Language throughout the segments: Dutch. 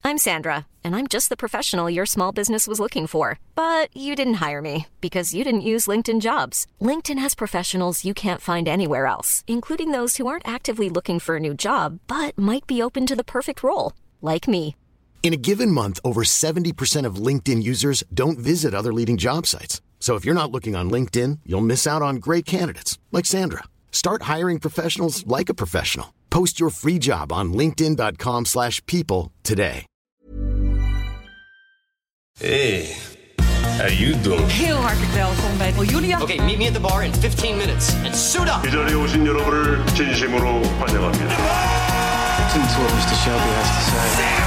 I'm Sandra, and I'm just the professional your small business was looking for. But you didn't hire me because you didn't use LinkedIn Jobs. LinkedIn has professionals you can't find anywhere else, including those who aren't actively looking for a new job, but might be open to the perfect role, like me. In a given month, over 70% of LinkedIn users don't visit other leading job sites. So if you're not looking on LinkedIn, you'll miss out on great candidates like Sandra. Start hiring professionals like a professional. Post your free job on linkedin.com/people today. Hey, how you doing? Heel hartelijk welkom bij Julia. Okay, meet me at the bar in 15 minutes and suit up. 이 자리에 오신 여러분을 진심으로 환영합니다. Listen to what Mr. Shelby has to say.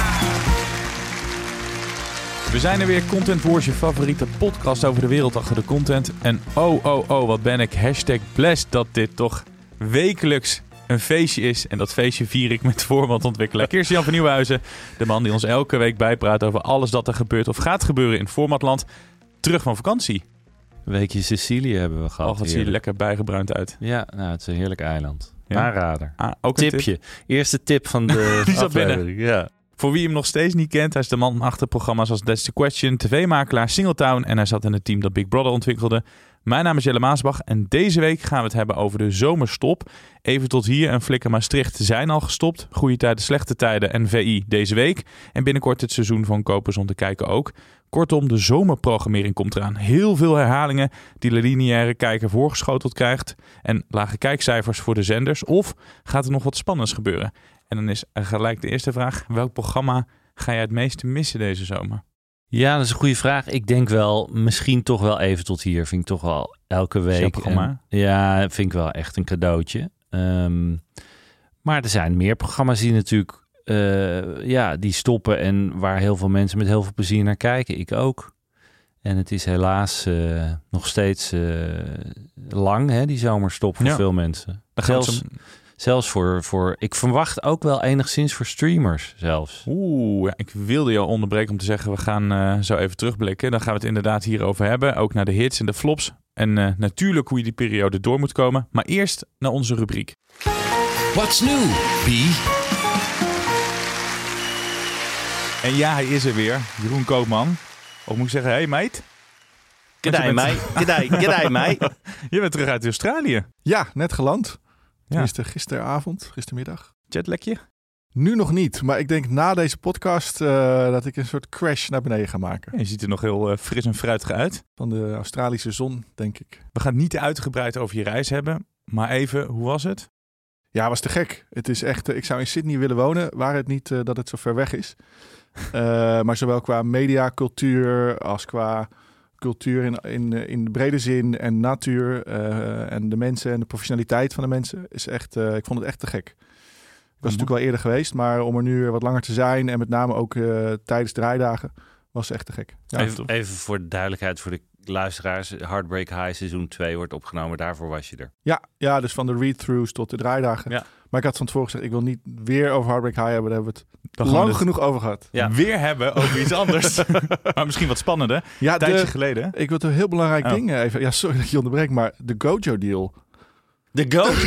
We zijn er weer, Content Wars, je favoriete podcast over de wereld achter de content. En wat ben ik #blessed dat dit toch wekelijks een feestje is. En dat feestje vier ik met formatontwikkelaar Kirsten-Jan van Nieuwenhuizen. De man die ons elke week bijpraat over alles dat er gebeurt of gaat gebeuren in formatland. Terug van vakantie. Een weekje Sicilië hebben we gehad. Wat zie je lekker bijgebruind uit. Ja, nou, het is een heerlijk eiland. Ja? Aanrader. Ook een tipje. Eerste tip van de die zat aflevering. binnen. Ja. Voor wie hem nog steeds niet kent, hij is de man achter programma's als That's the Question, tv-makelaar, Singletown en hij zat in het team dat Big Brother ontwikkelde. Mijn naam is Jelle Maasbach en deze week gaan we het hebben over de zomerstop. Even tot hier en Flikker Maastricht zijn al gestopt. Goede tijden, slechte tijden en VI deze week. En binnenkort het seizoen van Kopers om te kijken ook. Kortom, de zomerprogrammering komt eraan. Heel veel herhalingen die de lineaire kijker voorgeschoteld krijgt. En lage kijkcijfers voor de zenders. Of gaat er nog wat spannends gebeuren? En dan is gelijk de eerste vraag. Welk programma ga jij het meeste missen deze zomer? Ja, dat is een goede vraag. Ik denk wel, misschien toch wel even tot hier. Vind ik toch wel elke week. Ja, vind ik wel echt een cadeautje. Maar er zijn meer programma's die natuurlijk die stoppen en waar heel veel mensen met heel veel plezier naar kijken. Ik ook. En het is helaas nog steeds lang, hè, die zomerstop voor veel mensen. Zelfs voor... Ik verwacht ook wel enigszins voor streamers zelfs. Ik wilde jou onderbreken om te zeggen, we gaan zo even terugblikken. Dan gaan we het inderdaad hierover hebben. Ook naar de hits en de flops. En natuurlijk hoe je die periode door moet komen. Maar eerst naar onze rubriek. What's new, B? En ja, hij is er weer. Jeroen Koopman. Of moet ik zeggen, hey meid? G'day mate. Je bent terug uit Australië. Ja, net geland. Ja. Tenminste, gistermiddag. Jetlagje? Nu nog niet, maar ik denk na deze podcast dat ik een soort crash naar beneden ga maken. Ja, je ziet er nog heel fris en fruitig uit. Van de Australische zon, denk ik. We gaan het niet uitgebreid over je reis hebben, maar even, hoe was het? Ja, was te gek. Het is echt, ik zou in Sydney willen wonen, waar het niet dat het zo ver weg is. Maar zowel qua mediacultuur als qua cultuur in de brede zin en natuur en de mensen en de professionaliteit van de mensen is echt, ik vond het echt te gek. Ik was natuurlijk wel eerder geweest, maar om er nu wat langer te zijn en met name ook tijdens draaidagen was het echt te gek. Ja, even voor de duidelijkheid voor de luisteraars. Heartbreak High seizoen 2 wordt opgenomen. Daarvoor was je er. Ja, dus van de read-throughs tot de draaidagen. Ja. Maar ik had van tevoren gezegd, ik wil niet weer over Heartbreak High hebben. Daar hebben we het lang genoeg over gehad. Ja. Weer hebben over iets anders. Maar misschien wat spannender. Ja, een tijdje geleden. Ik wil een heel belangrijk ding even. Ja, sorry dat je onderbreekt, maar de Gojo deal. De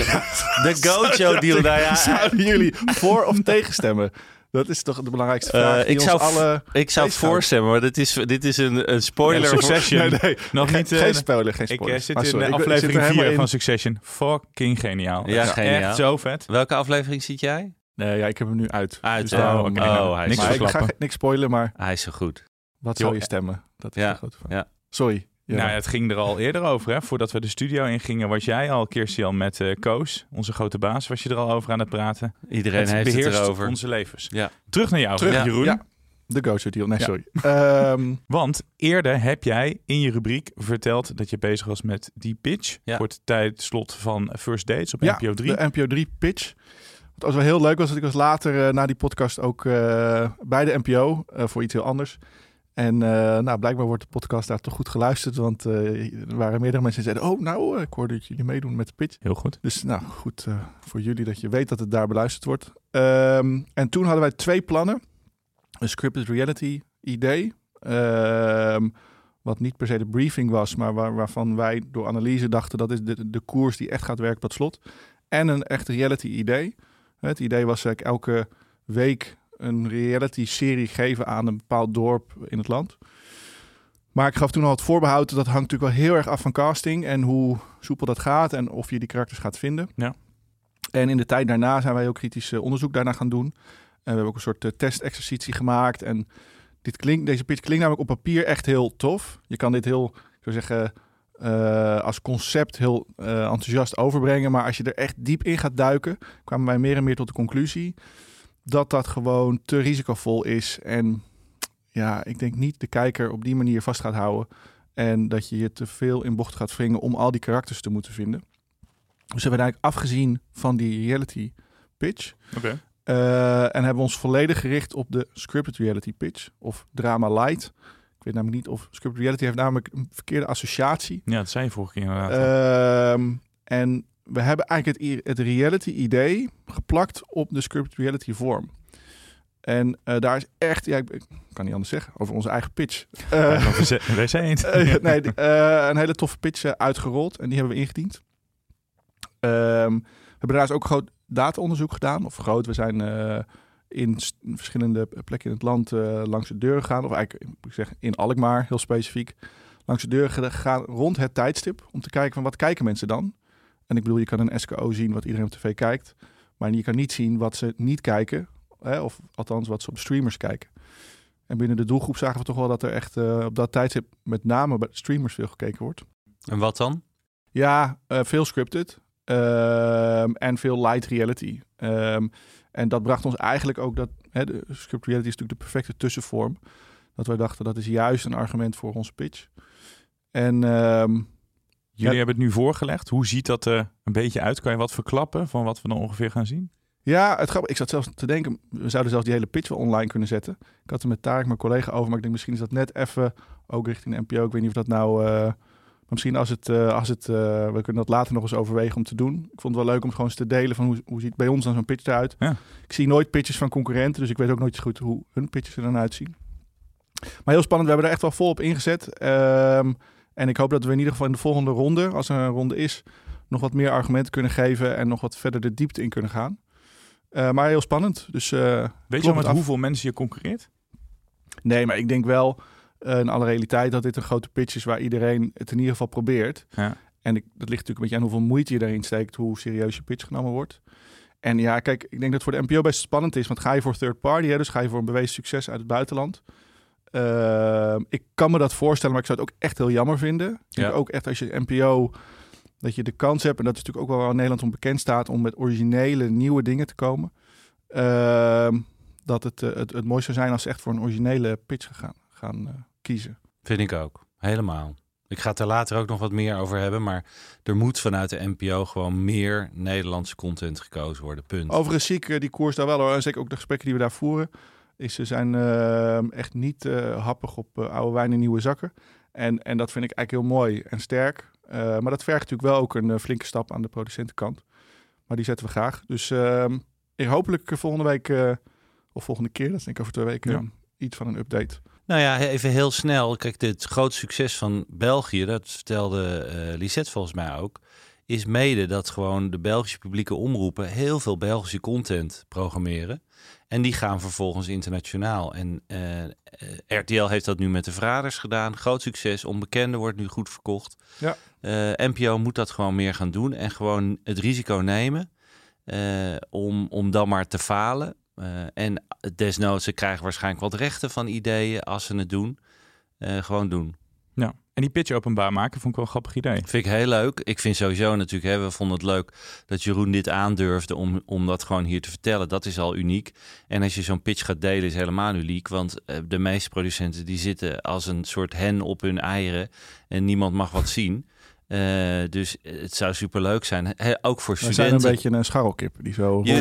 Gojo deal. Nou ja, zouden jullie voor of tegenstemmen? Dat is toch de belangrijkste vraag. Ik zou voorstemmen, maar dit is een spoiler. Succession. Nee. Nog niet. Geen spoiler. Ik zit in aflevering 4 van Succession. Fucking geniaal. Ja, geniaal. Echt zo vet. Welke aflevering zit jij? Nee, ik heb hem nu uit. Dus ik ga niks spoilen, maar hij is zo goed. Wat zou je stemmen? Dat is de grote vraag. Ja. Sorry. Ja. Nou, het ging er al eerder over. Hè? Voordat we de studio ingingen, was jij al, Kirsten-Jan, met Koos, onze grote baas, was je er al over aan het praten. Iedereen heeft het erover. Onze levens. Ja. Terug naar jou, Jeroen. Ja. De Gojo deal. Nee, sorry. Want eerder heb jij in je rubriek verteld dat je bezig was met die pitch voor het tijdslot van First Dates op NPO 3. De NPO 3 pitch. Wat wel heel leuk was, dat ik was later na die podcast ook bij de NPO voor iets heel anders. En blijkbaar wordt de podcast daar toch goed geluisterd. Want er waren meerdere mensen die zeiden, ik hoorde dat jullie meedoen met de pitch. Heel goed. Dus goed voor jullie dat je weet dat het daar beluisterd wordt. En toen hadden wij 2 plannen. Een scripted reality idee. Wat niet per se de briefing was, maar waarvan wij door analyse dachten dat is de koers die echt gaat werken op dat slot. En een echt reality idee. Het idee was elke week een reality-serie geven aan een bepaald dorp in het land. Maar ik gaf toen al het voorbehoud. Dat hangt natuurlijk wel heel erg af van casting en hoe soepel dat gaat en of je die karakters gaat vinden. Ja. En in de tijd daarna zijn wij ook kritisch onderzoek daarna gaan doen. En we hebben ook een soort testexercitie gemaakt. En deze pitch klinkt namelijk op papier echt heel tof. Je kan dit heel, ik zou zeggen, als concept heel enthousiast overbrengen. Maar als je er echt diep in gaat duiken, kwamen wij meer en meer tot de conclusie dat dat gewoon te risicovol is. En ja, ik denk niet de kijker op die manier vast gaat houden. En dat je je te veel in bocht gaat wringen om al die karakters te moeten vinden. Dus hebben we eigenlijk afgezien van die reality pitch. Okay. En hebben we ons volledig gericht op de scripted reality pitch. Of drama light. Ik weet namelijk niet of scripted reality heeft namelijk een verkeerde associatie. Ja, dat zei je vorige keer inderdaad. En we hebben eigenlijk het reality idee geplakt op de scripted reality vorm. En daar is echt, ja, ik kan niet anders zeggen, over onze eigen pitch. Wij zijn het. Een hele toffe pitch uitgerold en die hebben we ingediend. We hebben daar ook groot data-onderzoek gedaan. Of groot, we zijn in verschillende plekken in het land langs de deur gegaan. Of eigenlijk, moet ik zeggen, in Alkmaar, heel specifiek. Langs de deur gegaan rond het tijdstip. Om te kijken van wat kijken mensen dan. En ik bedoel, je kan een SKO zien wat iedereen op tv kijkt. Maar je kan niet zien wat ze niet kijken. Of althans wat ze op streamers kijken. En binnen de doelgroep zagen we toch wel dat er echt op dat tijdstip met name bij streamers veel gekeken wordt. En wat dan? Ja, veel scripted. En veel light reality. En dat bracht ons eigenlijk ook dat... de scripted reality is natuurlijk de perfecte tussenvorm. Dat wij dachten, dat is juist een argument voor onze pitch. En... Jullie hebben het nu voorgelegd. Hoe ziet dat er een beetje uit? Kan je wat verklappen van wat we dan ongeveer gaan zien? Ja, het grappig. Ik zat zelfs te denken, we zouden zelfs die hele pitch wel online kunnen zetten. Ik had er met Tarek, mijn collega, over, maar ik denk misschien is dat net even, ook richting de NPO. Ik weet niet of dat nou, maar misschien we kunnen dat later nog eens overwegen om te doen. Ik vond het wel leuk om gewoon eens te delen van hoe ziet bij ons dan zo'n pitch eruit. Ja. Ik zie nooit pitches van concurrenten, dus ik weet ook nooit goed hoe hun pitches er dan uitzien. Maar heel spannend, we hebben er echt wel vol op ingezet. En ik hoop dat we in ieder geval in de volgende ronde, als er een ronde is, nog wat meer argumenten kunnen geven en nog wat verder de diepte in kunnen gaan. Maar heel spannend. Dus, weet je al met hoeveel mensen je concurreert? Nee, maar ik denk wel in alle realiteit dat dit een grote pitch is waar iedereen het in ieder geval probeert. Ja. En dat ligt natuurlijk een beetje aan hoeveel moeite je daarin steekt, hoe serieus je pitch genomen wordt. En ja, kijk, ik denk dat het voor de NPO best spannend is, want ga je voor third party, dus ga je voor een bewezen succes uit het buitenland. Ik kan me dat voorstellen, maar ik zou het ook echt heel jammer vinden. Ik denk ook echt als je NPO, dat je de kans hebt, en dat is natuurlijk ook wel waar Nederland om bekend staat, om met originele nieuwe dingen te komen. Dat het mooi zou zijn als ze echt voor een originele pitch gaan kiezen. Vind ik ook. Helemaal. Ik ga het er later ook nog wat meer over hebben, maar er moet vanuit de NPO gewoon meer Nederlandse content gekozen worden. Punt. Overigens zie ik die koers daar wel hoor. En zeker ook de gesprekken die we daar voeren. Ze zijn echt niet happig op oude wijn in nieuwe zakken. En dat vind ik eigenlijk heel mooi en sterk. Maar dat vergt natuurlijk wel ook een flinke stap aan de producentenkant. Maar die zetten we graag. Dus hopelijk volgende week of volgende keer, dat is denk ik over 2 weken, iets van een update. Nou ja, even heel snel. Kijk, het grote succes van België, dat vertelde Lisette volgens mij ook, is mede dat gewoon de Belgische publieke omroepen heel veel Belgische content programmeren. En die gaan vervolgens internationaal. En RTL heeft dat nu met de Verraders gedaan. Groot succes, Onbekende wordt nu goed verkocht. Ja. NPO moet dat gewoon meer gaan doen en gewoon het risico nemen om dan maar te falen. En desnoods, ze krijgen waarschijnlijk wat rechten van ideeën als ze het doen. Gewoon doen. Ja. En die pitch openbaar maken vond ik wel een grappig idee. Vind ik heel leuk. Ik vind sowieso natuurlijk, we vonden het leuk dat Jeroen dit aandurfde om dat gewoon hier te vertellen. Dat is al uniek. En als je zo'n pitch gaat delen is helemaal uniek. Want de meeste producenten die zitten als een soort hen op hun eieren en niemand mag wat zien. Dus het zou superleuk zijn. Ook voor studenten. We zijn een beetje een scharrelkip die zo rond...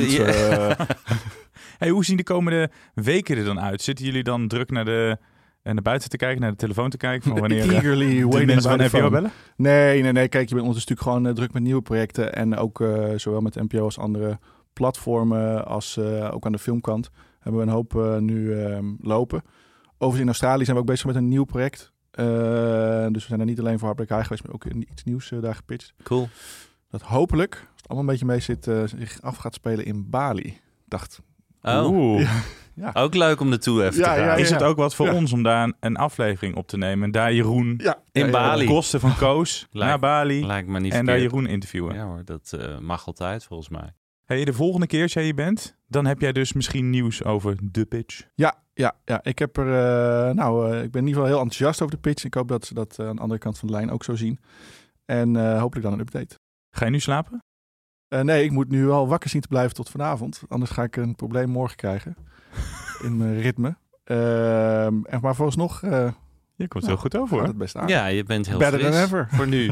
Hey, hoe zien de komende weken er dan uit? Zitten jullie dan druk naar buiten te kijken, naar de telefoon te kijken? Van wanneer eagerly waiting van NPO bellen? Nee. Kijk, je bent ondertussen natuurlijk gewoon druk met nieuwe projecten. En ook zowel met NPO als andere platformen als ook aan de filmkant hebben we een hoop nu lopen. Overigens in Australië zijn we ook bezig met een nieuw project. Dus we zijn er niet alleen voor Heartbreak High geweest, maar ook in iets nieuws daar gepitcht. Cool. Dat hopelijk, als het allemaal een beetje mee zit, zich af gaat spelen in Bali. Ik dacht, Oh, Ja. Ook leuk om naartoe even te gaan. Ja. Is het ook wat voor ons om daar een aflevering op te nemen? En daar Jeroen In Bali. op kosten van Koos naar Bali. Lijkt me niet en verkeerd. daar Jeroen interviewen. Ja hoor, dat mag altijd volgens mij. Hey, de volgende keer als jij hier bent, dan heb jij dus misschien nieuws over de pitch. Ja. Ik heb ik ben in ieder geval heel enthousiast over de pitch. Ik hoop dat ze dat aan de andere kant van de lijn ook zo zien. En hopelijk dan een update. Ga je nu slapen? Nee, ik moet nu wel wakker zien te blijven tot vanavond. Anders ga ik een probleem morgen krijgen in mijn ritme. Maar vooralsnog... Je komt heel goed over, gaat hoor. het best aardig. Ja, je bent heel Better fris than ever. voor nu.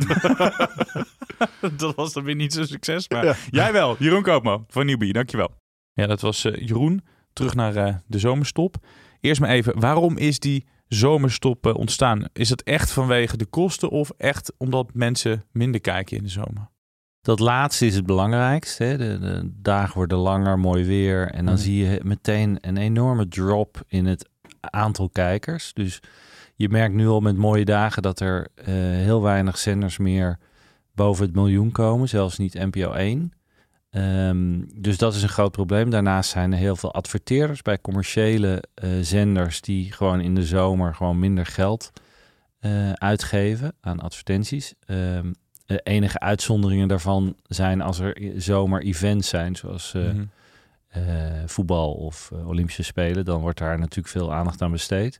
Dat was dan weer niet zo'n succes, maar Ja. jij wel. Jeroen Koopman van Newbie, dankjewel. Ja, dat was Jeroen. Terug naar de zomerstop. Eerst maar even, waarom is die zomerstop ontstaan? Is het echt vanwege de kosten of echt omdat mensen minder kijken in de zomer? Dat laatste is het belangrijkste. Hè? De dagen worden langer, mooi weer. En dan zie je meteen een enorme drop in het aantal kijkers. Dus je merkt nu al met mooie dagen dat er heel weinig zenders meer boven het miljoen komen. Zelfs niet NPO 1. Dus dat is een groot probleem. Daarnaast zijn er heel veel adverteerders bij commerciële zenders die gewoon in de zomer gewoon minder geld uitgeven aan advertenties. De enige uitzonderingen daarvan zijn als er zomer-events zijn, zoals voetbal of Olympische Spelen. Dan wordt daar natuurlijk veel aandacht aan besteed.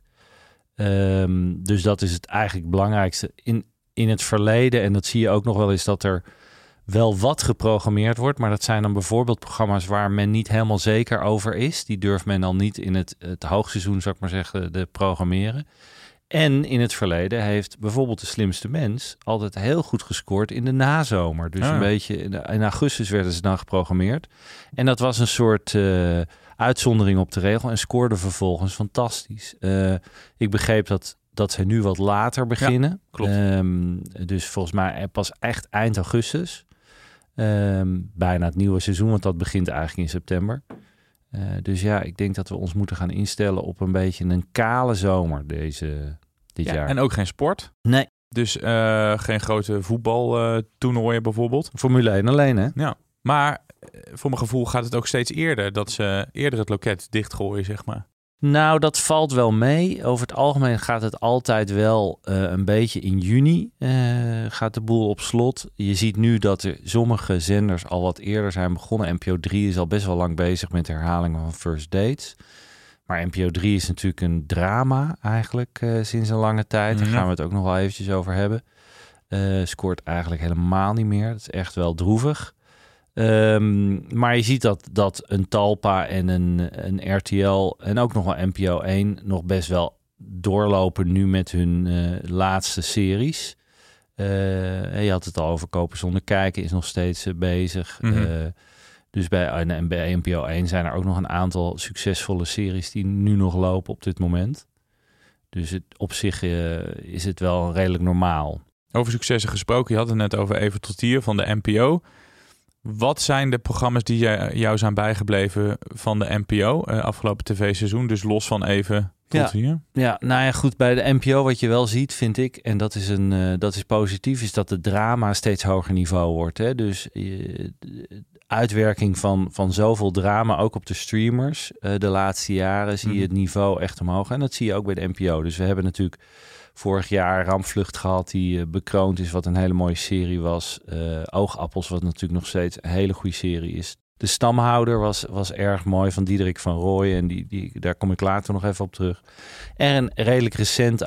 Dus dat is het eigenlijk belangrijkste. In het verleden, en dat zie je ook nog wel eens, dat er wel wat geprogrammeerd wordt. Maar dat zijn dan bijvoorbeeld programma's waar men niet helemaal zeker over is. Die durft men al niet in het hoogseizoen, zou ik maar zeggen, de programmeren. En in het verleden heeft bijvoorbeeld De Slimste Mens altijd heel goed gescoord in de nazomer. Dus een beetje in augustus werden ze dan geprogrammeerd. En dat was een soort uitzondering op de regel en scoorde vervolgens fantastisch. Ik begreep dat ze nu wat later beginnen. Ja, klopt. Dus volgens mij pas echt eind augustus. Bijna het nieuwe seizoen, want dat begint eigenlijk in september. Dus ja, ik denk dat we ons moeten gaan instellen op een beetje een kale zomer dit jaar. En ook geen sport. Nee. Dus geen grote voetbaltoernooien bijvoorbeeld. Formule 1 alleen, hè? Ja. Maar voor mijn gevoel gaat het ook steeds eerder dat ze eerder het loket dichtgooien, zeg maar. Nou, dat valt wel mee. Over het algemeen gaat het altijd wel een beetje in juni gaat de boel op slot. Je ziet nu dat er sommige zenders al wat eerder zijn begonnen. NPO 3 is al best wel lang bezig met herhalingen van First Dates. Maar NPO 3 is natuurlijk een drama eigenlijk sinds een lange tijd. Daar gaan we het ook nog wel eventjes over hebben. Scoort eigenlijk helemaal niet meer. Dat is echt wel droevig. Maar je ziet dat een Talpa en een RTL en ook nog wel NPO 1 nog best wel doorlopen nu met hun laatste series. Je had het al over Kopen zonder kijken, is nog steeds bezig. Dus bij NPO 1 zijn er ook nog een aantal succesvolle series die nu nog lopen op dit moment. Dus op zich is het wel redelijk normaal. Over successen gesproken, je had het net over Even tot hier van de NPO. Wat zijn de programma's die jou zijn bijgebleven van de NPO afgelopen tv-seizoen? Dus los van Even tot hier. Ja, nou ja, goed. Bij de NPO wat je wel ziet, vind ik, en dat is positief, is dat het drama steeds hoger niveau wordt. Hè? Dus uitwerking van zoveel drama, ook op de streamers. De laatste jaren zie je het niveau echt omhoog. En dat zie je ook bij de NPO. Dus we hebben natuurlijk vorig jaar Rampvlucht gehad, die bekroond is, wat een hele mooie serie was. Oogappels, wat natuurlijk nog steeds een hele goede serie is. De Stamhouder was erg mooi, van Diederik van Rooij. En daar kom ik later nog even op terug. En redelijk recent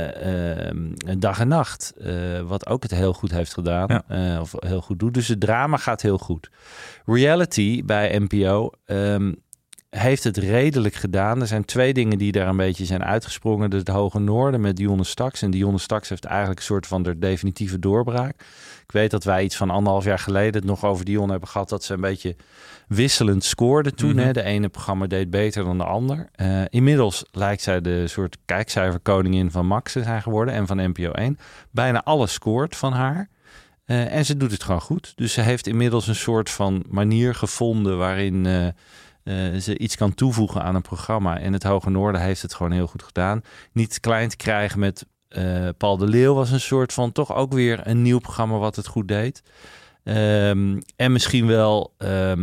Dag en Nacht, wat ook het heel goed heeft gedaan. Ja. Of heel goed doet. Dus het drama gaat heel goed. Reality bij NPO heeft het redelijk gedaan. Er zijn twee dingen die daar een beetje zijn uitgesprongen. Het Hoge Noorden met Dionne Staks. En Dionne Staks heeft eigenlijk een soort van de definitieve doorbraak. Ik weet dat wij iets van 1,5 jaar geleden het nog over Dionne hebben gehad, dat ze een beetje wisselend scoorde toen. Hè? De ene programma deed beter dan de ander. Inmiddels lijkt zij de soort kijkcijferkoningin van Max te zijn geworden en van NPO 1. Bijna alles scoort van haar. En ze doet het gewoon goed. Dus ze heeft inmiddels een soort van manier gevonden waarin ze iets kan toevoegen aan een programma. En het Hoge Noorden heeft het gewoon heel goed gedaan. Niet klein te krijgen met Paul de Leeuw was een soort van toch ook weer een nieuw programma wat het goed deed. En misschien wel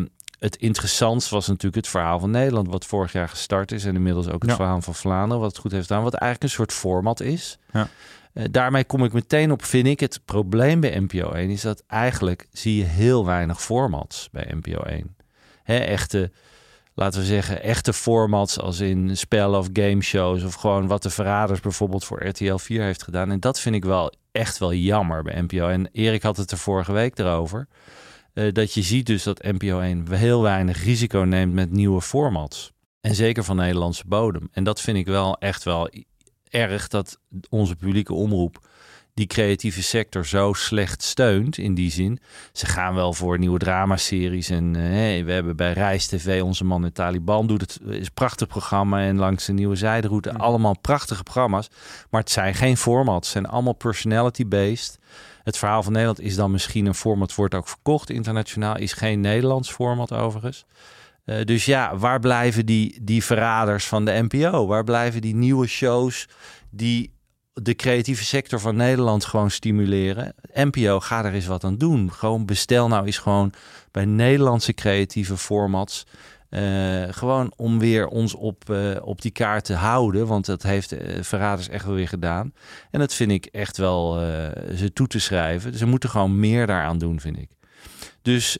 het interessantste was natuurlijk het verhaal van Nederland, wat vorig jaar gestart is. En inmiddels ook het verhaal van Vlaanderen, wat het goed heeft gedaan. Wat eigenlijk een soort format is. Ja. Daarmee kom ik meteen op, vind ik, het probleem bij NPO 1 is dat eigenlijk zie je heel weinig formats bij NPO 1. Echte, laten we zeggen, echte formats als in spel- of gameshows of gewoon wat de Verraders bijvoorbeeld voor RTL 4 heeft gedaan. En dat vind ik wel echt wel jammer bij NPO. En Erik had het er vorige week erover. Dat je ziet dus dat NPO 1 heel weinig risico neemt met nieuwe formats. En zeker van Nederlandse bodem. En dat vind ik wel echt wel erg dat onze publieke omroep die creatieve sector zo slecht steunt in die zin. Ze gaan wel voor nieuwe dramaseries en we hebben bij Reis TV onze man in Taliban doet het, is een prachtig programma en langs de Nieuwe Zijderoute allemaal prachtige programma's. Maar het zijn geen formats, het zijn allemaal personality-based. Het verhaal van Nederland is dan misschien een format, wordt ook verkocht internationaal, is geen Nederlands format overigens. Dus ja, waar blijven die verraders van de NPO? Waar blijven die nieuwe shows die de creatieve sector van Nederland gewoon stimuleren? NPO, ga er eens wat aan doen. Gewoon bestel nou eens gewoon bij Nederlandse creatieve formats. Gewoon om weer ons op die kaart te houden. Want dat heeft Verraders echt wel weer gedaan. En dat vind ik echt wel ze toe te schrijven. Ze moeten gewoon meer daaraan doen, vind ik. Dus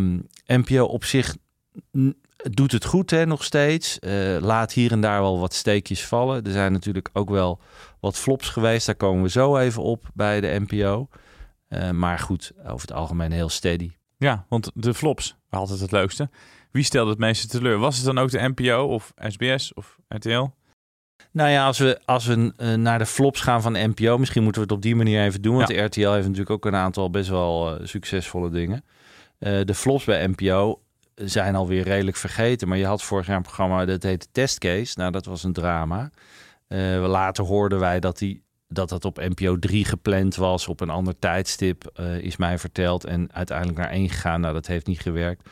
NPO op zich doet het goed, hè, nog steeds. Laat hier en daar wel wat steekjes vallen. Er zijn natuurlijk ook wel wat flops geweest. Daar komen we zo even op bij de NPO. Maar goed, over het algemeen heel steady. Ja, want de flops, altijd het leukste. Wie stelde het meeste teleur? Was het dan ook de NPO of SBS of RTL? Nou ja, als we naar de flops gaan van de NPO, misschien moeten we het op die manier even doen. Want de RTL heeft natuurlijk ook een aantal best wel succesvolle dingen. De flops bij NPO zijn alweer redelijk vergeten. Maar je had vorig jaar een programma, dat heette Testcase. Nou, dat was een drama. Later hoorden wij dat op NPO 3 gepland was op een ander tijdstip, is mij verteld. En uiteindelijk naar 1 gegaan. Nou, dat heeft niet gewerkt.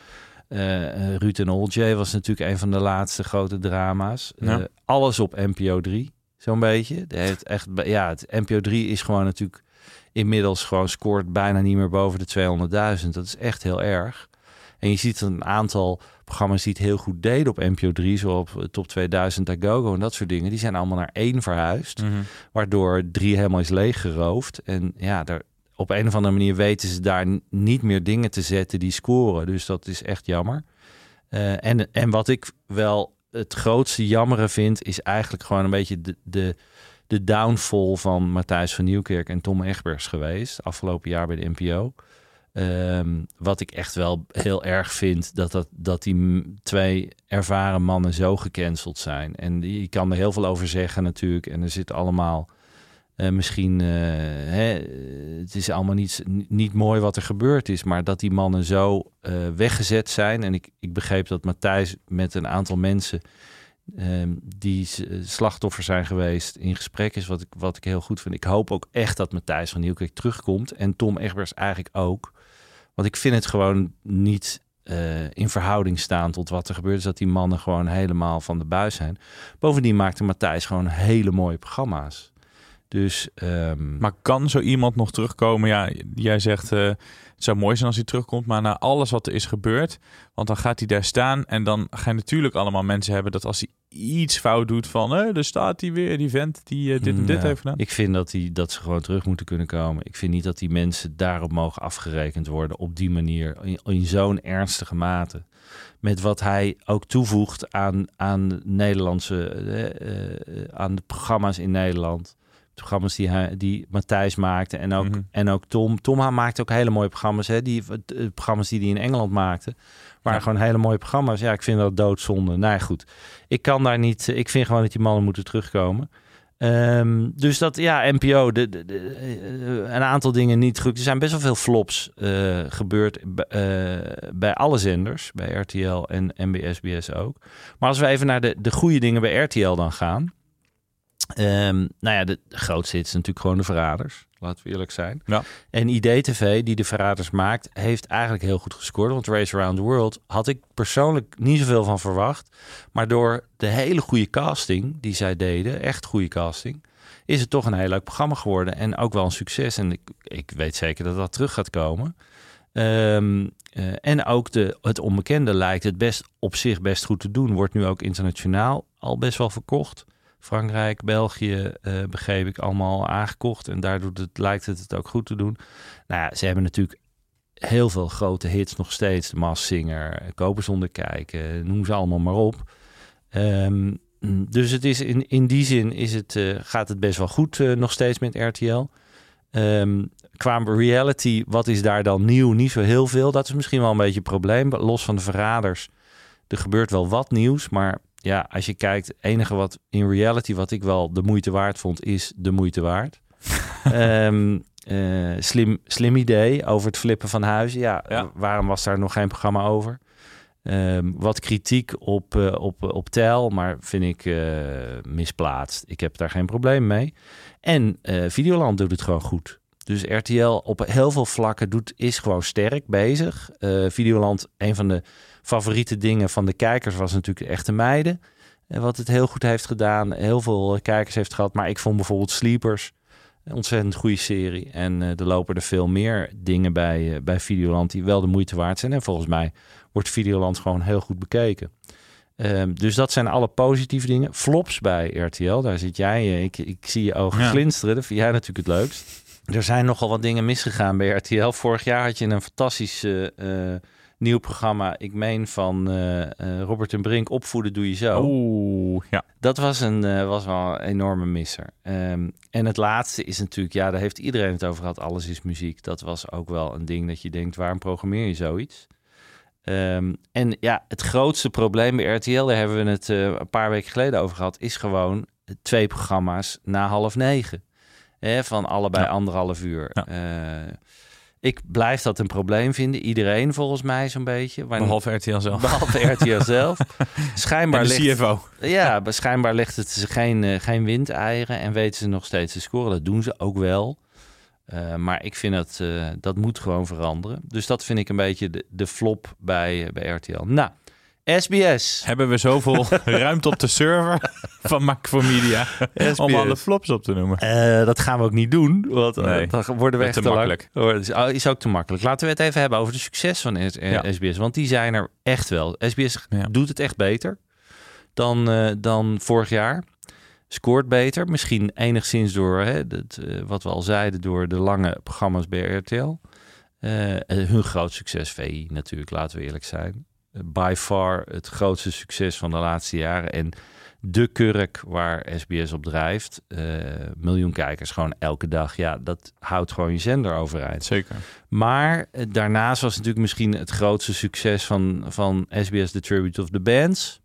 Ruud en OJ was natuurlijk een van de laatste grote drama's. Ja. Alles op NPO 3, zo'n beetje. Het NPO 3 is gewoon natuurlijk inmiddels gewoon scoort bijna niet meer boven de 200.000. Dat is echt heel erg. En je ziet een aantal programma's die het heel goed deden op NPO 3, zo op Top 2000, Agogo en dat soort dingen. Die zijn allemaal naar 1 verhuisd, waardoor 3 helemaal is leeggeroofd. En ja, op een of andere manier weten ze daar niet meer dingen te zetten die scoren. Dus dat is echt jammer. En wat ik wel het grootste jammeren vind, is eigenlijk gewoon een beetje de downfall van Matthijs van Nieuwkerk en Tom Egbers geweest. Afgelopen jaar bij de NPO. Wat ik echt wel heel erg vind, dat die 2 ervaren mannen zo gecanceld zijn. En je kan er heel veel over zeggen natuurlijk. En er zit allemaal het is allemaal niet mooi wat er gebeurd is. Maar dat die mannen zo weggezet zijn. En ik begreep dat Matthijs met een aantal mensen die slachtoffer zijn geweest in gesprek is, wat ik heel goed vind. Ik hoop ook echt dat Matthijs van Nieuwkerk terugkomt. En Tom Egbers eigenlijk ook. Want ik vind het gewoon niet in verhouding staan tot wat er gebeurt is, dat die mannen gewoon helemaal van de buis zijn. Bovendien maakte Matthijs gewoon hele mooie programma's. Dus, maar kan zo iemand nog terugkomen? Ja, jij zegt het zou mooi zijn als hij terugkomt, maar na alles wat er is gebeurd, want dan gaat hij daar staan en dan ga je natuurlijk allemaal mensen hebben dat als hij iets fout doet van, er staat hij weer, die vent die dit en dit heeft gedaan. Ik vind dat ze gewoon terug moeten kunnen komen. Ik vind niet dat die mensen daarop mogen afgerekend worden op die manier, in zo'n ernstige mate. Met wat hij ook toevoegt aan Nederlandse, aan de programma's in Nederland. Programma's die Matthijs maakte en ook Tom. Tom maakte ook hele mooie programma's. Hè? De programma's die hij in Engeland maakte waren gewoon hele mooie programma's. Ja, ik vind dat doodzonde. Nou ja, goed. Ik kan daar niet. Ik vind gewoon dat die mannen moeten terugkomen. Dus dat, ja, NPO, een aantal dingen niet goed. Er zijn best wel veel flops gebeurd bij alle zenders, bij RTL en SBS ook. Maar als we even naar de goede dingen bij RTL dan gaan. Nou ja, de grootste hit is natuurlijk gewoon de Verraders. Laten we eerlijk zijn. Ja. En IDTV, die de Verraders maakt, heeft eigenlijk heel goed gescoord. Want Race Around the World had ik persoonlijk niet zoveel van verwacht. Maar door de hele goede casting die zij deden, echt goede casting, is het toch een heel leuk programma geworden. En ook wel een succes. En ik weet zeker dat dat terug gaat komen. En ook het onbekende lijkt het op zich best goed te doen. Wordt nu ook internationaal al best wel verkocht. Frankrijk, België begreep ik allemaal aangekocht. En daar lijkt het ook goed te doen. Nou ja, ze hebben natuurlijk heel veel grote hits nog steeds. De Masked Singer, Kopen zonder kijken, noem ze allemaal maar op. Dus het is in die zin gaat het best wel goed nog steeds met RTL. Qua reality, wat is daar dan nieuw? Niet zo heel veel. Dat is misschien wel een beetje een probleem. Los van de verraders. Er gebeurt wel wat nieuws. Maar ja, als je kijkt, het enige wat in reality wat ik wel de moeite waard vond, is de moeite waard. Slim idee over het flippen van huizen. Ja. Waarom was daar nog geen programma over? Wat kritiek op Tel, maar vind ik misplaatst. Ik heb daar geen probleem mee. En Videoland doet het gewoon goed. Dus RTL op heel veel vlakken is gewoon sterk bezig. Videoland, een van de favoriete dingen van de kijkers was natuurlijk de Echte Meiden. Wat het heel goed heeft gedaan. Heel veel kijkers heeft gehad. Maar ik vond bijvoorbeeld Sleepers een ontzettend goede serie. En er lopen er veel meer dingen bij Videoland die wel de moeite waard zijn. En volgens mij wordt Videoland gewoon heel goed bekeken. Dus dat zijn alle positieve dingen. Flops bij RTL, daar zit jij. Ik zie je ogen glinsteren. Dat vind jij natuurlijk het leukst. Er zijn nogal wat dingen misgegaan bij RTL. Vorig jaar had je een fantastisch nieuw programma. Ik meen van Robert en Brink, Opvoeden doe je zo. Oeh, ja. Dat was wel een enorme misser. En het laatste is natuurlijk, daar heeft iedereen het over gehad. Alles is muziek. Dat was ook wel een ding dat je denkt, waarom programmeer je zoiets? En ja, het grootste probleem bij RTL, daar hebben we het een paar weken geleden over gehad, is gewoon 2 programma's na 20:30. Van allebei 1,5 uur. Ja. Ik blijf dat een probleem vinden. Iedereen volgens mij zo'n beetje. Behalve RTL zelf. Behalve RTL zelf. Schijnbaar en de CFO. Ja, schijnbaar legt het ze geen windeieren en weten ze nog steeds te scoren. Dat doen ze ook wel. Maar ik vind dat moet gewoon veranderen. Dus dat vind ik een beetje de flop bij RTL. Nou, SBS. Hebben we zoveel ruimte op de server van Mac4Media om alle flops op te noemen? Dat gaan we ook niet doen, want dan worden we echt te makkelijk. Dat is ook te makkelijk. Laten we het even hebben over de succes van SBS. Want die zijn er echt wel. SBS doet het echt beter dan vorig jaar. Scoort beter. Misschien enigszins door, wat we al zeiden, door de lange programma's bij RTL. Hun groot succes, VI natuurlijk, laten we eerlijk zijn. By far het grootste succes van de laatste jaren. En de kurk waar SBS op drijft. Miljoen kijkers gewoon elke dag. Ja, dat houdt gewoon je zender overeind. Zeker. Maar daarnaast was natuurlijk misschien het grootste succes van SBS The Tribute of the Bands.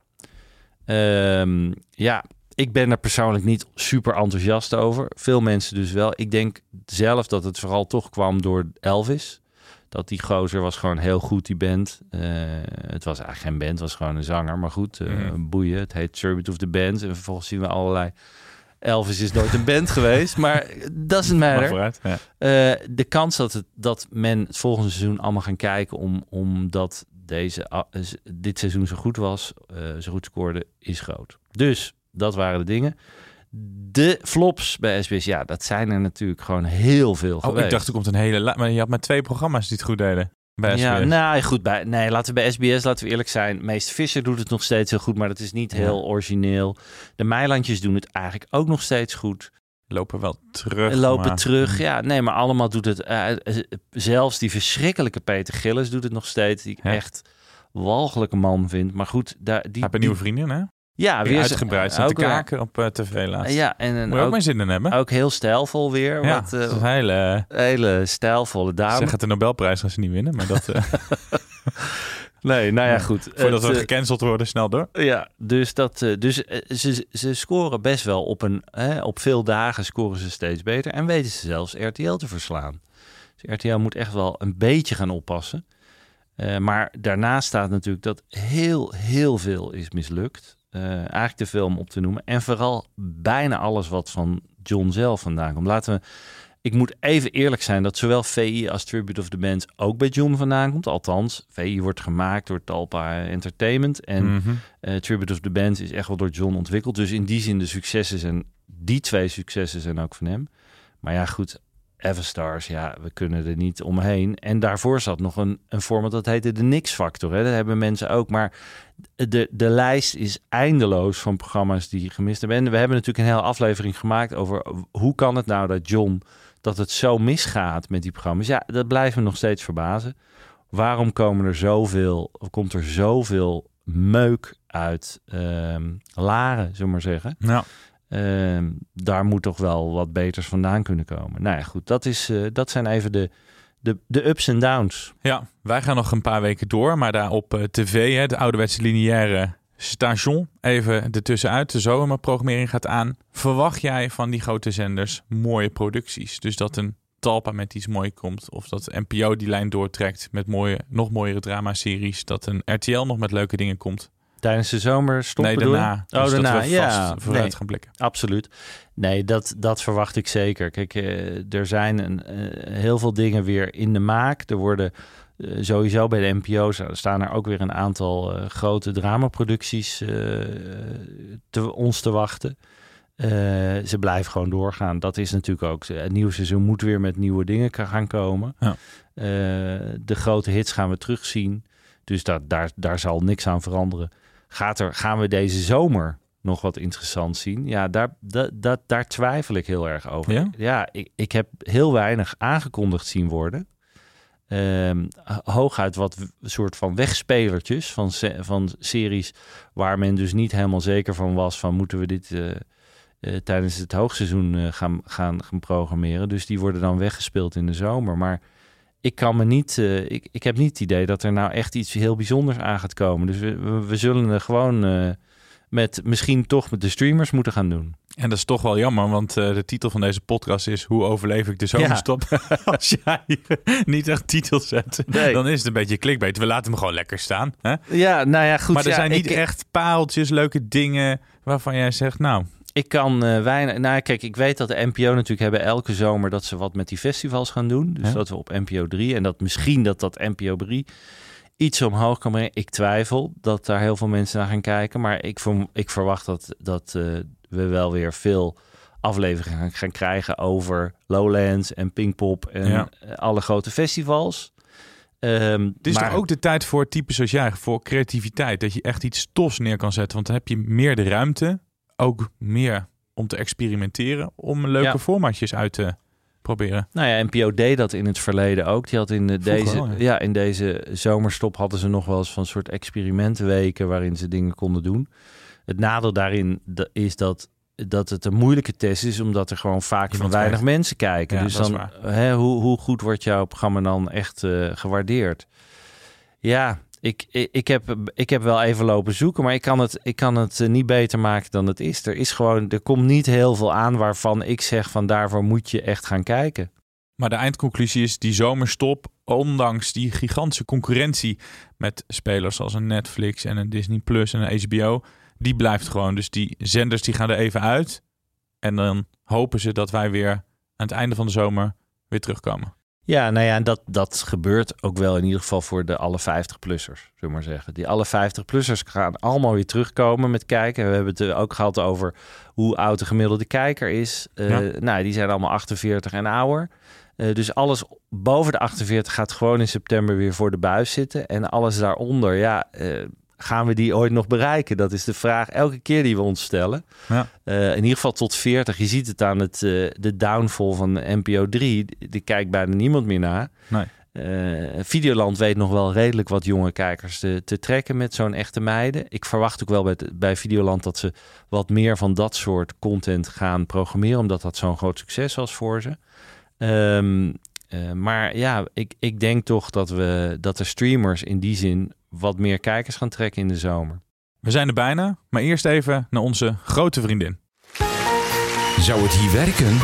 Ik ben er persoonlijk niet super enthousiast over. Veel mensen dus wel. Ik denk zelf dat het vooral toch kwam door Elvis. Dat die gozer was gewoon heel goed, die band. Het was eigenlijk geen band, het was gewoon een zanger. Maar goed, boeien. Het heet Tribute of the Bands. En vervolgens zien we allerlei... Elvis is nooit een band geweest, maar doesn't matter. Vooruit, ja. De kans dat men het volgende seizoen allemaal gaan kijken... omdat dit seizoen zo goed was, zo goed scoorde, is groot. Dus, dat waren de dingen. De flops bij SBS, dat zijn er natuurlijk gewoon heel veel geweest. Ik dacht, er komt een hele... Maar je had maar 2 programma's die het goed deden bij SBS. Ja, goed. Laten we bij SBS, laten we eerlijk zijn. Meester Visser doet het nog steeds heel goed, maar dat is niet heel origineel. De Meilandjes doen het eigenlijk ook nog steeds goed. Lopen wel terug. Terug, ja. Nee, maar allemaal doet het... zelfs die verschrikkelijke Peter Gillis doet het nog steeds. Die ik echt walgelijke man vind. Maar goed, hij heeft een nieuwe vriendin, hè? Ja, weer uitgebreid. Zat te kaken op tv laatst. Ja, en moet je ook mijn zin in hebben. Ook heel stijlvol weer. Ja, dat is een hele stijlvolle dame. Zeg het de Nobelprijs gaan ze niet winnen, maar dat... Nee, nou ja, goed. Voordat we gecanceld worden, snel door. Ja, dus ze scoren best wel op veel dagen scoren ze steeds beter. En weten ze zelfs RTL te verslaan. Dus RTL moet echt wel een beetje gaan oppassen. Maar daarnaast staat natuurlijk dat heel, heel veel is mislukt. Eigenlijk te veel om op te noemen. En vooral bijna alles wat van John zelf vandaan komt. Ik moet even eerlijk zijn dat zowel VI als Tribute of the Bands ook bij John vandaan komt. Althans, VI wordt gemaakt door Talpa Entertainment. En Tribute of the Bands is echt wel door John ontwikkeld. Dus in die zin die 2 successen zijn ook van hem. Maar ja, goed. Everstars, ja, we kunnen er niet omheen. En daarvoor zat nog een format dat heette de Nix-factor. Hè? Dat hebben mensen ook. Maar de lijst is eindeloos van programma's die gemist hebben. En we hebben natuurlijk een hele aflevering gemaakt over hoe kan het nou dat John, dat het zo misgaat met die programma's. Ja, dat blijft me nog steeds verbazen. Waarom komt er zoveel meuk uit Laren, zullen we maar zeggen. Ja. Daar moet toch wel wat beters vandaan kunnen komen. Nou ja, goed, dat zijn even de ups en downs. Ja, wij gaan nog een paar weken door, maar daar op tv, het ouderwetse lineaire station, even ertussenuit, de zomerprogrammering gaat aan. Verwacht jij van die grote zenders mooie producties? Dus dat een Talpa met iets moois komt, of dat NPO die lijn doortrekt met nog mooiere dramaseries, dat een RTL nog met leuke dingen komt? Tijdens de zomerstop? Nee, daarna. Dus daarna. Dat we vast vooruit gaan blikken. Absoluut. Nee, dat verwacht ik zeker. Kijk, er zijn heel veel dingen weer in de maak. Er worden sowieso bij de NPO staan er ook weer een aantal grote dramaproducties ons te wachten. Ze blijven gewoon doorgaan. Dat is natuurlijk ook. Het nieuwe seizoen moet weer met nieuwe dingen gaan komen. Ja. De grote hits gaan we terugzien. Dus daar zal niks aan veranderen. Gaan we deze zomer nog wat interessant zien? Ja, daar twijfel ik heel erg over. Ja? Ja, ik heb heel weinig aangekondigd zien worden. Hooguit wat soort van wegspelertjes van series waar men dus niet helemaal zeker van was van moeten we dit tijdens het hoogseizoen gaan programmeren. Dus die worden dan weggespeeld in de zomer. Maar ik kan me niet. Ik heb niet het idee dat er nou echt iets heel bijzonders aan gaat komen. Dus we zullen er gewoon misschien toch met de streamers moeten gaan doen. En dat is toch wel jammer, want de titel van deze podcast is Hoe overleef ik de zomerstop? Ja. Als jij niet echt titel zet, dan is het een beetje clickbait. We laten hem gewoon lekker staan. Hè? Ja, nou ja, goed. Maar er zijn niet echt paaltjes, leuke dingen waarvan jij zegt, nou... Ik kan weinig... Nou, kijk, ik weet dat de NPO natuurlijk hebben elke zomer dat ze wat met die festivals gaan doen. Dus dat we op NPO 3 en dat misschien dat NPO 3 iets omhoog kan brengen. Ik twijfel dat daar heel veel mensen naar gaan kijken. Maar ik verwacht dat we wel weer veel afleveringen gaan krijgen over Lowlands en Pinkpop en alle grote festivals. Het is toch ook de tijd voor typen zoals jij, voor creativiteit. Dat je echt iets tofs neer kan zetten. Want dan heb je meer de ruimte, ook meer om te experimenteren, om leuke formatjes uit te proberen. Nou ja, NPO deed dat in het verleden ook. Die had in deze zomerstop hadden ze nog wel eens van soort experimentenweken waarin ze dingen konden doen. Het nadeel daarin is dat het een moeilijke test is, omdat er gewoon vaak van weinig mensen kijken. Ja, dus dan, hoe goed wordt jouw programma dan echt gewaardeerd? Ja, ik heb wel even lopen zoeken, maar ik kan het niet beter maken dan het is. Er komt niet heel veel aan waarvan ik zeg van daarvoor moet je echt gaan kijken. Maar de eindconclusie is die zomerstop, ondanks die gigantische concurrentie met spelers als een Netflix en een Disney Plus en een HBO, die blijft gewoon. Dus die zenders die gaan er even uit en dan hopen ze dat wij weer aan het einde van de zomer weer terugkomen. Ja, nou ja, en dat gebeurt ook wel in ieder geval voor de alle 50-plussers, zullen we maar zeggen. Die alle 50-plussers gaan allemaal weer terugkomen met kijken. We hebben het ook gehad over hoe oud de gemiddelde kijker is. Nou, die zijn allemaal 48 en ouder. Dus alles boven de 48 gaat gewoon in september weer voor de buis zitten. En alles daaronder, gaan we die ooit nog bereiken? Dat is de vraag elke keer die we ons stellen. Ja. In ieder geval tot 40. Je ziet het aan de downfall van NPO 3. Die kijkt bijna niemand meer naar. Nee. Videoland weet nog wel redelijk wat jonge kijkers te trekken met zo'n Echte Meiden. Ik verwacht ook wel bij Videoland dat ze wat meer van dat soort content gaan programmeren, omdat dat zo'n groot succes was voor ze. Maar ja, ik denk toch dat de streamers in die zin wat meer kijkers gaan trekken in de zomer. We zijn er bijna, maar eerst even naar onze grote vriendin. Zou het hier werken?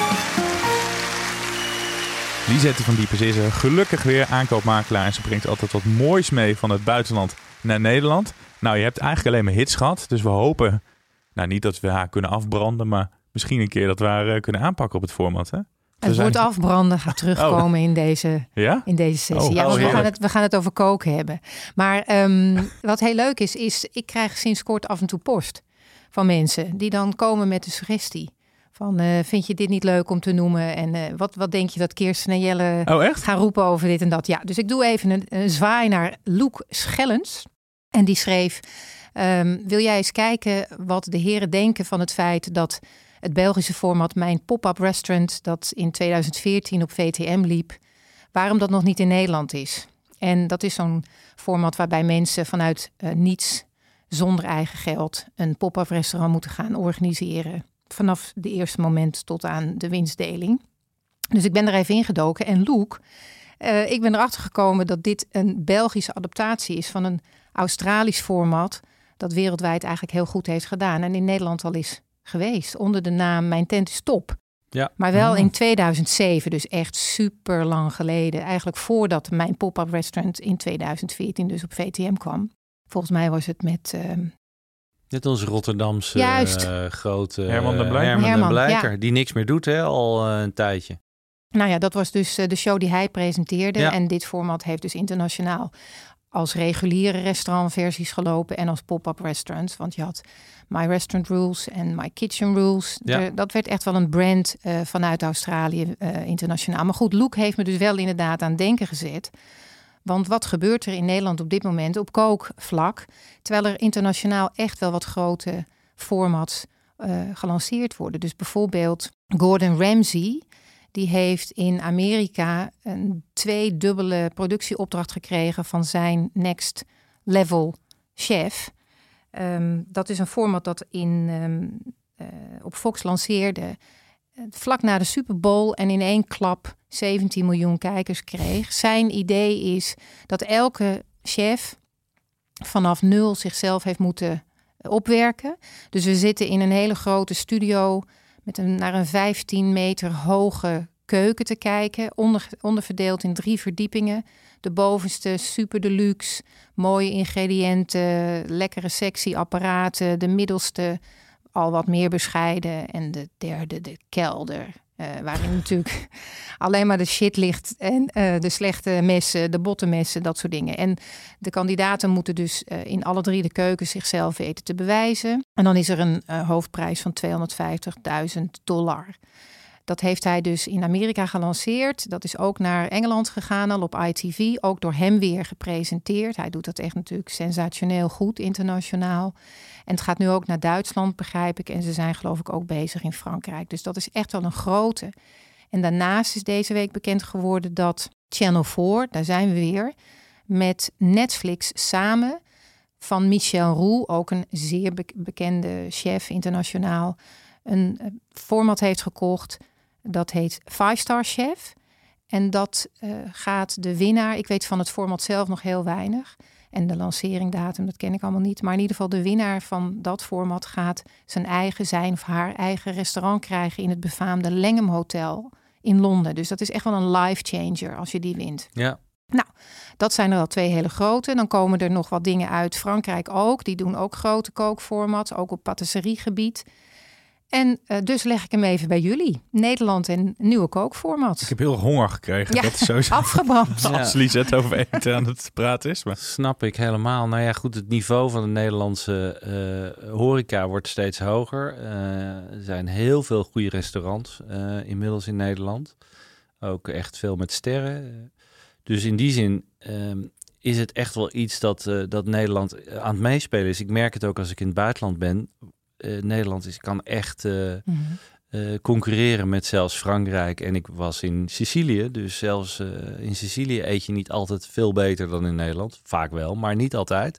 Lisette van Diepes is er gelukkig weer aankoopmakelaar en ze brengt altijd wat moois mee van het buitenland naar Nederland. Nou, je hebt eigenlijk alleen maar hits gehad, dus we hopen, niet dat we haar kunnen afbranden, maar misschien een keer dat we haar kunnen aanpakken op het format, hè? Het woord afbranden gaat terugkomen in deze sessie. We gaan het over koken hebben. Maar wat heel leuk is ik krijg sinds kort af en toe post van mensen die dan komen met de suggestie Van, vind je dit niet leuk om te noemen? En wat denk je dat Kirsten en Jelle gaan roepen over dit en dat? Ja, dus ik doe even een zwaai naar Loek Schellens. En die schreef, wil jij eens kijken wat de heren denken van het feit dat het Belgische format Mijn Pop-Up Restaurant, dat in 2014 op VTM liep, waarom dat nog niet in Nederland is? En dat is zo'n format waarbij mensen vanuit niets, zonder eigen geld, een pop-up restaurant moeten gaan organiseren. Vanaf de eerste moment tot aan de winstdeling. Dus ik ben er even ingedoken. En Loek, ik ben erachter gekomen dat dit een Belgische adaptatie is van een Australisch format dat wereldwijd eigenlijk heel goed heeft gedaan. En in Nederland al is geweest onder de naam Mijn Tent is Top. Ja. Maar wel in 2007, dus echt super lang geleden. Eigenlijk voordat Mijn Pop-Up Restaurant in 2014 dus op VTM kwam. Volgens mij was het met... Net onze Rotterdamse grote Herman de Blijker. Ja. Die niks meer doet, hè, al een tijdje. Nou ja, dat was dus de show die hij presenteerde. Ja. En dit format heeft dus internationaal als reguliere restaurantversies gelopen en als pop-up restaurants. Want je had My Restaurant Rules en My Kitchen Rules. Ja. Dat werd echt wel een brand vanuit Australië internationaal. Maar goed, Loek heeft me dus wel inderdaad aan denken gezet. Want wat gebeurt er in Nederland op dit moment op kookvlak? Terwijl er internationaal echt wel wat grote formats gelanceerd worden. Dus bijvoorbeeld Gordon Ramsay, die heeft in Amerika een 2-dubbele productieopdracht gekregen van zijn Next Level Chef. Dat is een format dat op Fox lanceerde vlak na de Super Bowl en in één klap 17 miljoen kijkers kreeg. Zijn idee is dat elke chef vanaf nul zichzelf heeft moeten opwerken. Dus we zitten in een hele grote studio met naar een 15 meter hoge keuken te kijken. Onderverdeeld in 3 verdiepingen. De bovenste super deluxe, mooie ingrediënten, lekkere sexy apparaten. De middelste al wat meer bescheiden. En de derde, de kelder. Waarin natuurlijk alleen maar de shit ligt. En de slechte messen, de bottenmessen, dat soort dingen. En de kandidaten moeten dus in alle 3 de keukens zichzelf weten te bewijzen. En dan is er een hoofdprijs van $250.000. Dat heeft hij dus in Amerika gelanceerd. Dat is ook naar Engeland gegaan, al op ITV. Ook door hem weer gepresenteerd. Hij doet dat echt natuurlijk sensationeel goed, internationaal. En het gaat nu ook naar Duitsland, begrijp ik. En ze zijn geloof ik ook bezig in Frankrijk. Dus dat is echt wel een grote. En daarnaast is deze week bekend geworden dat Channel 4, daar zijn we weer, met Netflix samen van Michel Roux, ook een zeer bekende chef internationaal, een format heeft gekocht. Dat heet 5-Star Chef. En dat gaat de winnaar... Ik weet van het format zelf nog heel weinig. En de lanceringdatum, dat ken ik allemaal niet. Maar in ieder geval de winnaar van dat format gaat zijn of haar eigen restaurant krijgen in het befaamde Langham Hotel in Londen. Dus dat is echt wel een life changer als je die wint. Ja. Nou, dat zijn er al 2 hele grote. Dan komen er nog wat dingen uit Frankrijk ook. Die doen ook grote kookformats, ook op patisseriegebied. En dus leg ik hem even bij jullie. Nederland en nieuwe kookformats. Ik heb heel honger gekregen. Ja, dat is sowieso afgebrand. Als Lisette over eten aan het praten is. Maar. Snap ik helemaal. Nou ja, goed, het niveau van de Nederlandse horeca wordt steeds hoger. Er zijn heel veel goede restaurants inmiddels in Nederland. Ook echt veel met sterren. Dus in die zin is het echt wel iets dat Nederland aan het meespelen is. Ik merk het ook als ik in het buitenland ben. Nederland kan echt concurreren met zelfs Frankrijk. En ik was in Sicilië, dus zelfs in Sicilië eet je niet altijd veel beter dan in Nederland. Vaak wel, maar niet altijd.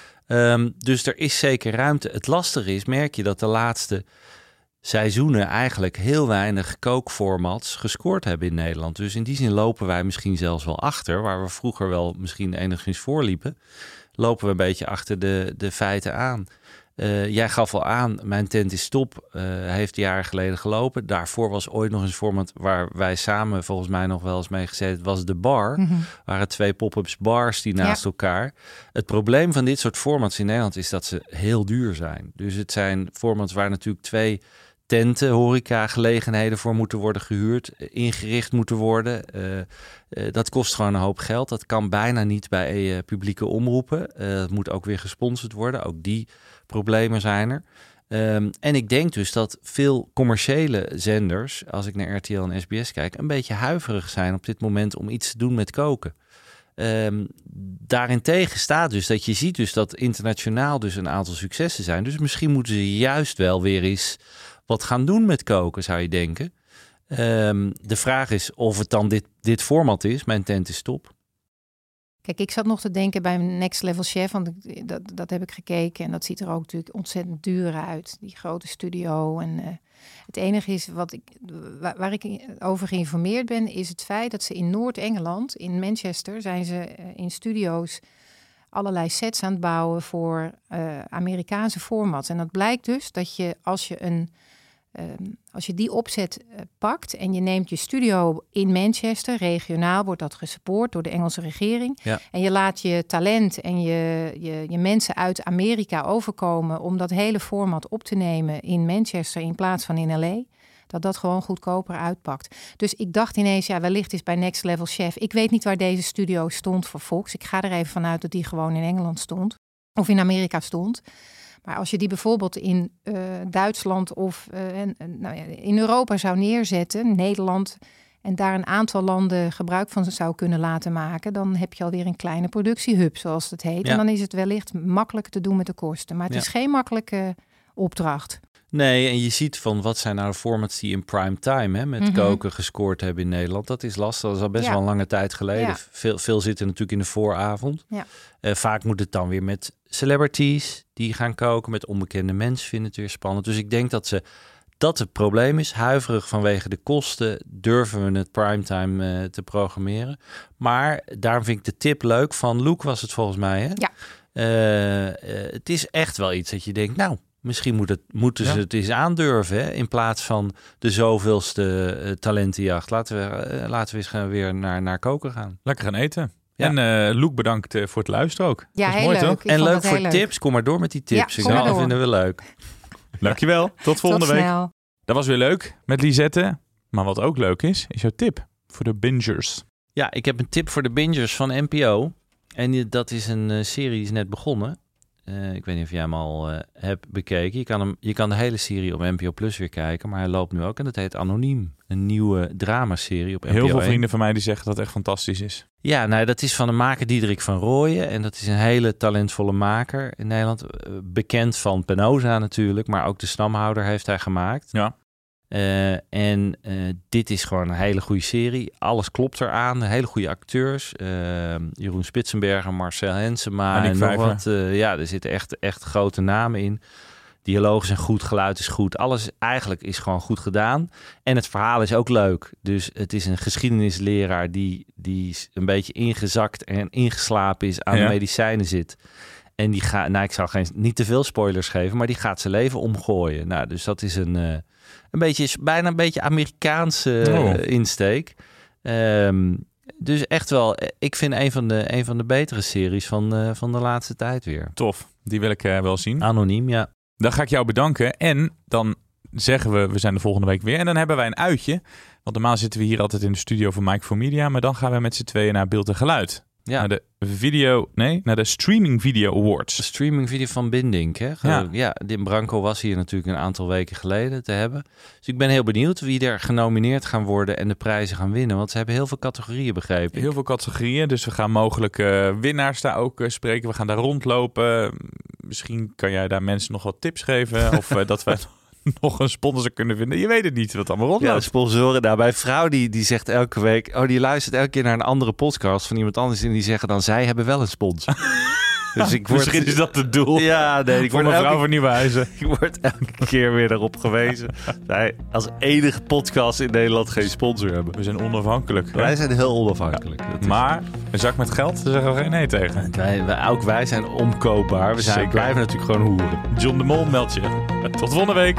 Dus er is zeker ruimte. Het lastige is, merk je dat de laatste seizoenen eigenlijk heel weinig kookformats gescoord hebben in Nederland. Dus in die zin lopen wij misschien zelfs wel achter, waar we vroeger wel misschien enigszins voorliepen. Lopen we een beetje achter de feiten aan. Jij gaf al aan, Mijn Tent is Top. Heeft jaren geleden gelopen. Daarvoor was ooit nog eens een format waar wij samen volgens mij nog wel eens mee gezeten. Was de bar. Mm-hmm. Waren 2 pop-ups bars die naast elkaar. Het probleem van dit soort formats in Nederland is dat ze heel duur zijn. Dus het zijn formats waar natuurlijk 2 tenten, horeca, gelegenheden voor moeten worden gehuurd, ingericht moeten worden. Dat kost gewoon een hoop geld. Dat kan bijna niet bij publieke omroepen. Dat moet ook weer gesponsord worden. Ook die problemen zijn er. En ik denk dus dat veel commerciële zenders, als ik naar RTL en SBS kijk, een beetje huiverig zijn op dit moment om iets te doen met koken. Daarentegen staat dus dat je ziet dus dat internationaal dus een aantal successen zijn. Dus misschien moeten ze juist wel weer eens wat gaan doen met koken, zou je denken. De vraag is of het dan dit format is. Mijn tent is top. Kijk, ik zat nog te denken bij Next Level Chef, want dat heb ik gekeken. En dat ziet er ook natuurlijk ontzettend duur uit, die grote studio. En het enige is waar ik over geïnformeerd ben, is het feit dat ze in Noord-Engeland, in Manchester, zijn ze in studio's allerlei sets aan het bouwen voor Amerikaanse formats. En dat blijkt dus dat je als je die opzet pakt en je neemt je studio in Manchester, regionaal wordt dat gesupport door de Engelse regering. Ja. En je laat je talent en je mensen uit Amerika overkomen om dat hele format op te nemen in Manchester in plaats van in LA. Dat gewoon goedkoper uitpakt. Dus ik dacht ineens, wellicht is bij Next Level Chef. Ik weet niet waar deze studio stond voor Fox. Ik ga er even vanuit dat die gewoon in Engeland stond. Of in Amerika stond. Maar als je die bijvoorbeeld in Duitsland of in Europa zou neerzetten, Nederland, en daar een aantal landen gebruik van zou kunnen laten maken, dan heb je alweer een kleine productiehub, zoals het heet. Ja. En dan is het wellicht makkelijk te doen met de kosten. Maar het is geen makkelijke opdracht. Nee, en je ziet van wat zijn nou de formats die in prime time met koken gescoord hebben in Nederland. Dat is lastig, dat is al best wel een lange tijd geleden. Ja. Veel zitten natuurlijk in de vooravond. Ja. Vaak moet het dan weer met celebrities die gaan koken, met onbekende mensen vinden het weer spannend. Dus ik denk dat het probleem is. Huiverig vanwege de kosten durven we het primetime te programmeren. Maar daarom vind ik de tip leuk. Van Loek was het volgens mij. Hè? Ja. Het is echt wel iets dat je denkt, nou, misschien moeten ze het eens aandurven. Hè? In plaats van de zoveelste talentenjacht. Laten we eens weer naar koken gaan. Lekker gaan eten. Ja. En Loek, bedankt voor het luisteren ook. Ja, dat is heel mooi, leuk. toch? En leuk voor tips. Kom maar door met die tips. Ja, dat vinden we leuk. Dankjewel. Tot volgende week. Snel. Dat was weer leuk met Lisette. Maar wat ook leuk is jouw tip voor de bingers. Ja, ik heb een tip voor de bingers van NPO. En dat is een serie die is net begonnen. Ik weet niet of jij hem al hebt bekeken. Je kan de hele serie op NPO Plus weer kijken. Maar hij loopt nu ook en dat heet Anoniem. Een nieuwe dramaserie op NPO 1. Heel veel vrienden van mij die zeggen dat het echt fantastisch is. Ja, nou, dat is van de maker Diederik van Rooyen. En dat is een hele talentvolle maker in Nederland. Bekend van Penosa natuurlijk. Maar ook De Stamhouder heeft hij gemaakt. Ja. Dit is gewoon een hele goede serie. Alles klopt eraan. Hele goede acteurs. Jeroen Spitsenberger, Marcel Hensema en nog wat. Er zitten echt grote namen in. Dialogen zijn goed, geluid is goed. Alles eigenlijk is gewoon goed gedaan. En het verhaal is ook leuk. Dus het is een geschiedenisleraar die een beetje ingezakt en ingeslapen is aan de medicijnen zit. En die gaat, ik zal niet te veel spoilers geven, maar die gaat zijn leven omgooien. Nou, dus dat is bijna een beetje Amerikaanse insteek. Dus echt wel, ik vind een van de betere series van de laatste tijd weer. Tof, die wil ik wel zien. Anoniem, ja. Dan ga ik jou bedanken en dan zeggen we zijn de volgende week weer. En dan hebben wij een uitje, want normaal zitten we hier altijd in de studio van Mike for Media, maar dan gaan we met z'n tweeën naar Beeld en Geluid. Ja. Naar de Streaming Video Awards. De Streaming Video van Bindink, hè? Branco was hier natuurlijk een aantal weken geleden te hebben. Dus ik ben heel benieuwd wie er genomineerd gaan worden en de prijzen gaan winnen. Want ze hebben heel veel categorieën, begrepen. Heel veel categorieën, dus we gaan mogelijk winnaars daar ook spreken. We gaan daar rondlopen. Misschien kan jij daar mensen nog wat tips geven. Of dat wij nog een sponsor kunnen vinden. Je weet het niet wat allemaal rondloopt. Ja, de sponsoren. Nou, mijn vrouw die zegt elke week... die luistert elke keer naar een andere podcast van iemand anders... en die zeggen dan, zij hebben wel een sponsor. Dus misschien is dat het doel. Ja, nee. Voor mevrouw van Nieuwenhuizen. Ik word elke keer weer erop gewezen. Wij als enige podcast in Nederland geen sponsor hebben. We zijn onafhankelijk. Wij zijn heel onafhankelijk. Ja, maar een zak met geld, daar zeggen we geen nee tegen. Ook wij zijn omkoopbaar. We blijven natuurlijk gewoon hoeren. John de Mol meldt je. Tot volgende week.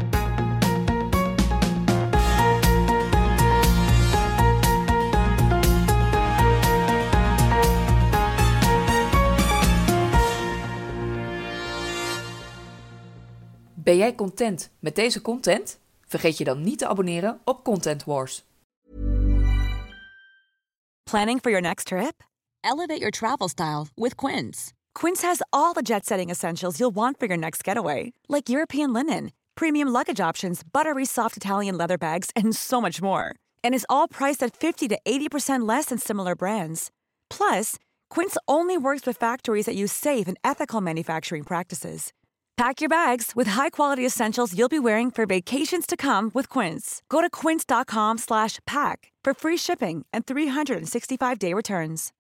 Ben jij content met deze content? Vergeet je dan niet te abonneren op Content Wars. Planning for your next trip? Elevate your travel style with Quince. Quince has all the jet-setting essentials you'll want for your next getaway, like European linen, premium luggage options, buttery soft Italian leather bags, and so much more. And is all priced at 50 to 80% less than similar brands. Plus, Quince only works with factories that use safe and ethical manufacturing practices. Pack your bags with high-quality essentials you'll be wearing for vacations to come with Quince. Go to quince.com/pack for free shipping and 365-day returns.